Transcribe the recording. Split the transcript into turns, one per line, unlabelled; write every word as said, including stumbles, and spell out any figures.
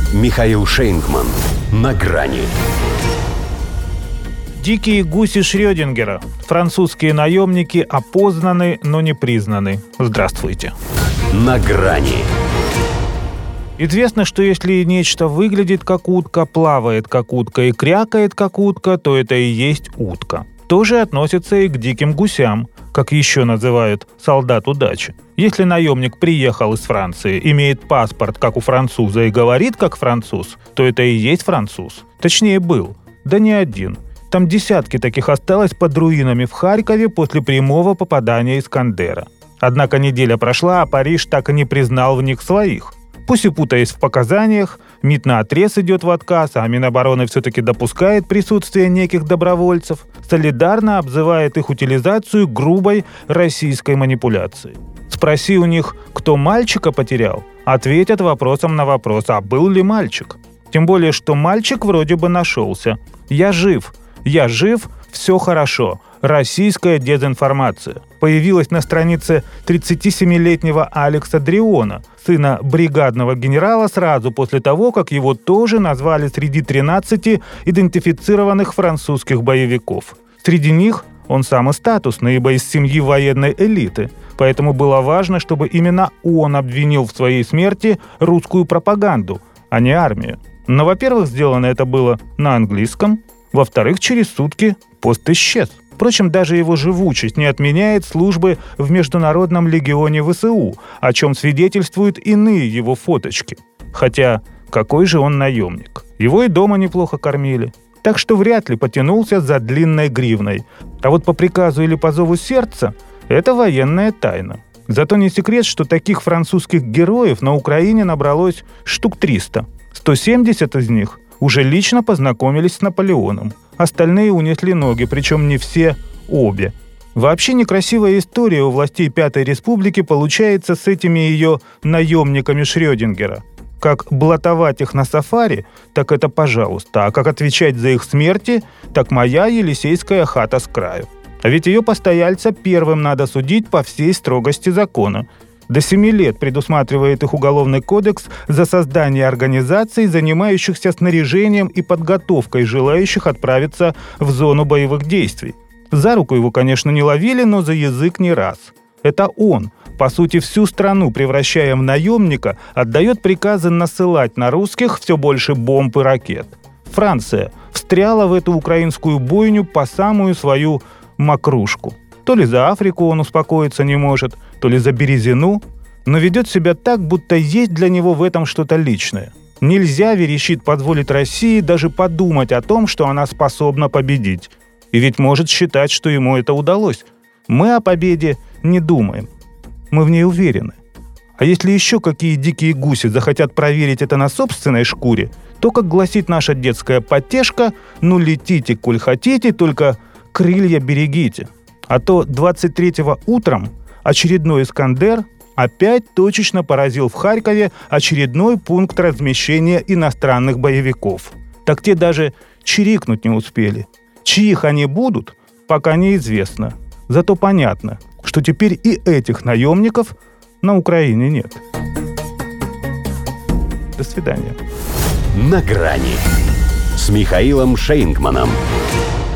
Михаил Шейнгман. На грани.
Дикие гуси Шрёдингера. Французские наемники опознаны, но не признаны. Здравствуйте.
На грани.
Известно, что если нечто выглядит как утка, плавает как утка и крякает как утка, то это и есть утка. То же относится и к диким гусям, как еще называют солдат удачи. Если наемник приехал из Франции, имеет паспорт, как у француза, и говорит, как француз, то это и есть француз. Точнее, был. Да не один. Там десятки таких осталось под руинами в Харькове после прямого попадания Искандера. Однако неделя прошла, а Париж так и не признал в них своих. Пусть и путаясь в показаниях, МИД наотрез идет в отказ, а Минобороны все-таки допускает присутствие неких добровольцев, солидарно обзывает их утилизацию грубой российской манипуляцией. Спроси у них, кто мальчика потерял, ответят вопросом на вопрос, а был ли мальчик. Тем более, что мальчик вроде бы нашелся. Я жив, я жив, все хорошо. Российская дезинформация. Появилась на странице тридцатисемилетнего Алекса Дриона, сына бригадного генерала, сразу после того, как его тоже назвали среди тринадцати идентифицированных французских боевиков. Среди них он самый статусный, ибо из семьи военной элиты. Поэтому было важно, чтобы именно он обвинил в своей смерти русскую пропаганду, а не армию. Но, во-первых, сделано это было на английском, во-вторых, через сутки пост исчез. Впрочем, даже его живучесть не отменяет службы в Международном легионе ВСУ, о чем свидетельствуют иные его фоточки. Хотя, какой же он наемник? Его и дома неплохо кормили. Так что вряд ли потянулся за длинной гривной. А вот по приказу или по зову сердца – это военная тайна. Зато не секрет, что таких французских героев на Украине набралось штук триста. сто семьдесят из них уже лично познакомились с Наполеоном. Остальные унесли ноги, причем не все, обе. Вообще некрасивая история у властей Пятой Республики получается с этими ее наемниками Шрёдингера. Как блатовать их на сафари, так это пожалуйста. А как отвечать за их смерти, так моя елисейская хата с краю. А ведь ее постояльца первым надо судить по всей строгости закона. До семи лет предусматривает их Уголовный кодекс за создание организаций, занимающихся снаряжением и подготовкой желающих отправиться в зону боевых действий. За руку его, конечно, не ловили, но за язык не раз. Это он, по сути, всю страну, превращая в наемника, отдает приказы насылать на русских все больше бомб и ракет. Франция встряла в эту украинскую бойню по самую свою макрушку. То ли за Африку он успокоиться не может, то ли за Березину, но ведет себя так, будто есть для него в этом что-то личное. Нельзя, верещит, позволить России даже подумать о том, что она способна победить. И ведь может считать, что ему это удалось. Мы о победе не думаем. Мы в ней уверены. А если еще какие дикие гуси захотят проверить это на собственной шкуре, то, как гласит наша детская потешка, ну летите, коль хотите, только крылья берегите. А то двадцать третьего утром очередной Искандер опять точечно поразил в Харькове очередной пункт размещения иностранных боевиков. Так те даже чирикнуть не успели. Чьих они будут, пока неизвестно. Зато понятно, что теперь и этих наемников на Украине нет. До свидания.
На грани с Михаилом Шейнгманом.